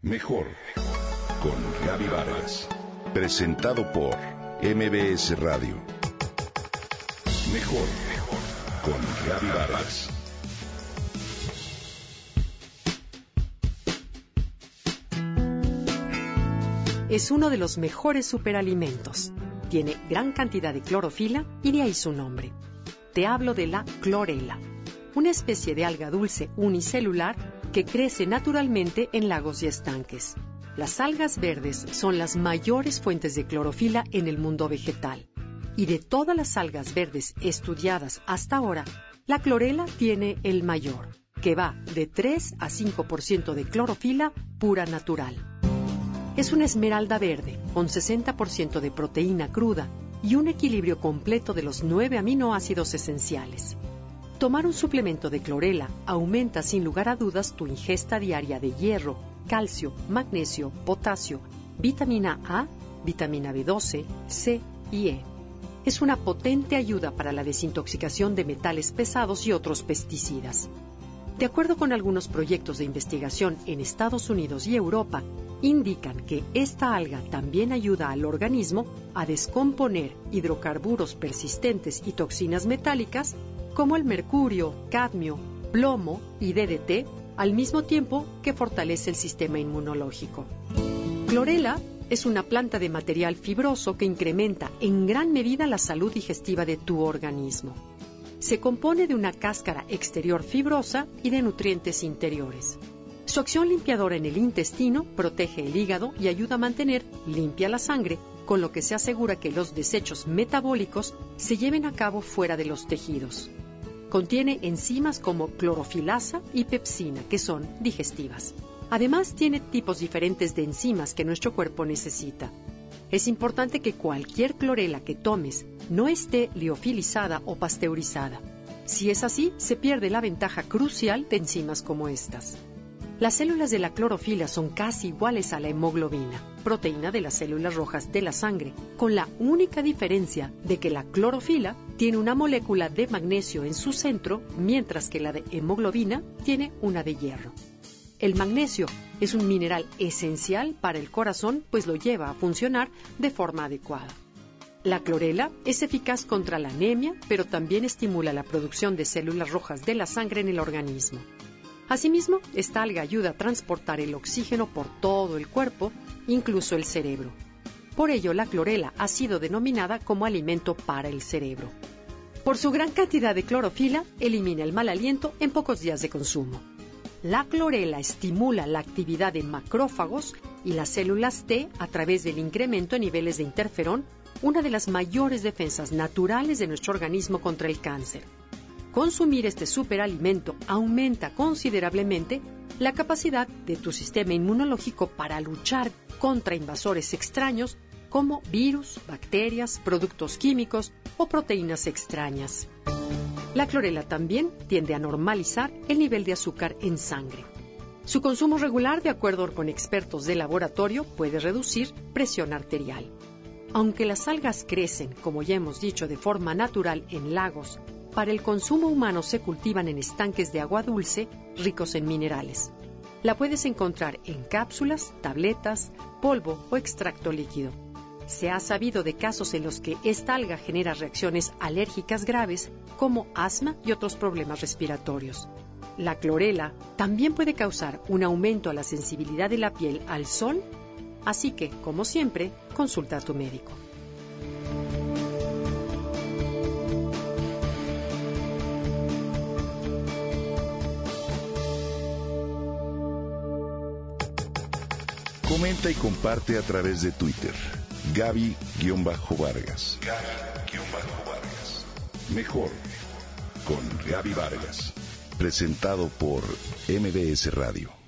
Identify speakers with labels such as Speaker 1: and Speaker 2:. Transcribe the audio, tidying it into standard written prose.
Speaker 1: Mejor con Gaby Vargas. Presentado por MBS Radio. Mejor con Gaby Vargas.
Speaker 2: Es uno de los mejores superalimentos. Tiene gran cantidad de clorofila y de ahí su nombre. Te hablo de la clorela, una especie de alga dulce unicelular que crece naturalmente en lagos y estanques. Las algas verdes son las mayores fuentes de clorofila en el mundo vegetal. Y de todas las algas verdes estudiadas hasta ahora, la clorela tiene el mayor, que va de 3 a 5% de clorofila pura natural. Es una esmeralda verde, con 60% de proteína cruda y un equilibrio completo de los 9 aminoácidos esenciales. Tomar un suplemento de clorela aumenta sin lugar a dudas tu ingesta diaria de hierro, calcio, magnesio, potasio, vitamina A, vitamina B12, C y E. Es una potente ayuda para la desintoxicación de metales pesados y otros pesticidas. De acuerdo con algunos proyectos de investigación en Estados Unidos y Europa, indican que esta alga también ayuda al organismo a descomponer hidrocarburos persistentes y toxinas metálicas como el mercurio, cadmio, plomo y DDT, al mismo tiempo que fortalece el sistema inmunológico. Clorela es una planta de material fibroso que incrementa en gran medida la salud digestiva de tu organismo. Se compone de una cáscara exterior fibrosa y de nutrientes interiores. Su acción limpiadora en el intestino protege el hígado y ayuda a mantener limpia la sangre, con lo que se asegura que los desechos metabólicos se lleven a cabo fuera de los tejidos. Contiene enzimas como clorofilasa y pepsina, que son digestivas. Además, tiene tipos diferentes de enzimas que nuestro cuerpo necesita. Es importante que cualquier clorela que tomes no esté liofilizada o pasteurizada. Si es así, se pierde la ventaja crucial de enzimas como estas. Las células de la clorofila son casi iguales a la hemoglobina, proteína de las células rojas de la sangre, con la única diferencia de que la clorofila tiene una molécula de magnesio en su centro, mientras que la de hemoglobina tiene una de hierro. El magnesio es un mineral esencial para el corazón, pues lo lleva a funcionar de forma adecuada. La clorela es eficaz contra la anemia, pero también estimula la producción de células rojas de la sangre en el organismo. Asimismo, esta alga ayuda a transportar el oxígeno por todo el cuerpo, incluso el cerebro. Por ello, la clorela ha sido denominada como alimento para el cerebro. Por su gran cantidad de clorofila, elimina el mal aliento en pocos días de consumo. La clorela estimula la actividad de macrófagos y las células T a través del incremento en niveles de interferón, una de las mayores defensas naturales de nuestro organismo contra el cáncer. Consumir este superalimento aumenta considerablemente la capacidad de tu sistema inmunológico para luchar contra invasores extraños como virus, bacterias, productos químicos o proteínas extrañas. La clorela también tiende a normalizar el nivel de azúcar en sangre. Su consumo regular, de acuerdo con expertos de laboratorio, puede reducir presión arterial. Aunque las algas crecen, como ya hemos dicho, de forma natural en lagos, para el consumo humano se cultivan en estanques de agua dulce ricos en minerales. La puedes encontrar en cápsulas, tabletas, polvo o extracto líquido. Se ha sabido de casos en los que esta alga genera reacciones alérgicas graves como asma y otros problemas respiratorios. La clorela también puede causar un aumento a la sensibilidad de la piel al sol, así que, como siempre, consulta a tu médico.
Speaker 1: Comenta y comparte a través de Twitter. Gaby-Vargas. Gaby-Vargas. Mejor con Gaby Vargas. Presentado por MBS Radio.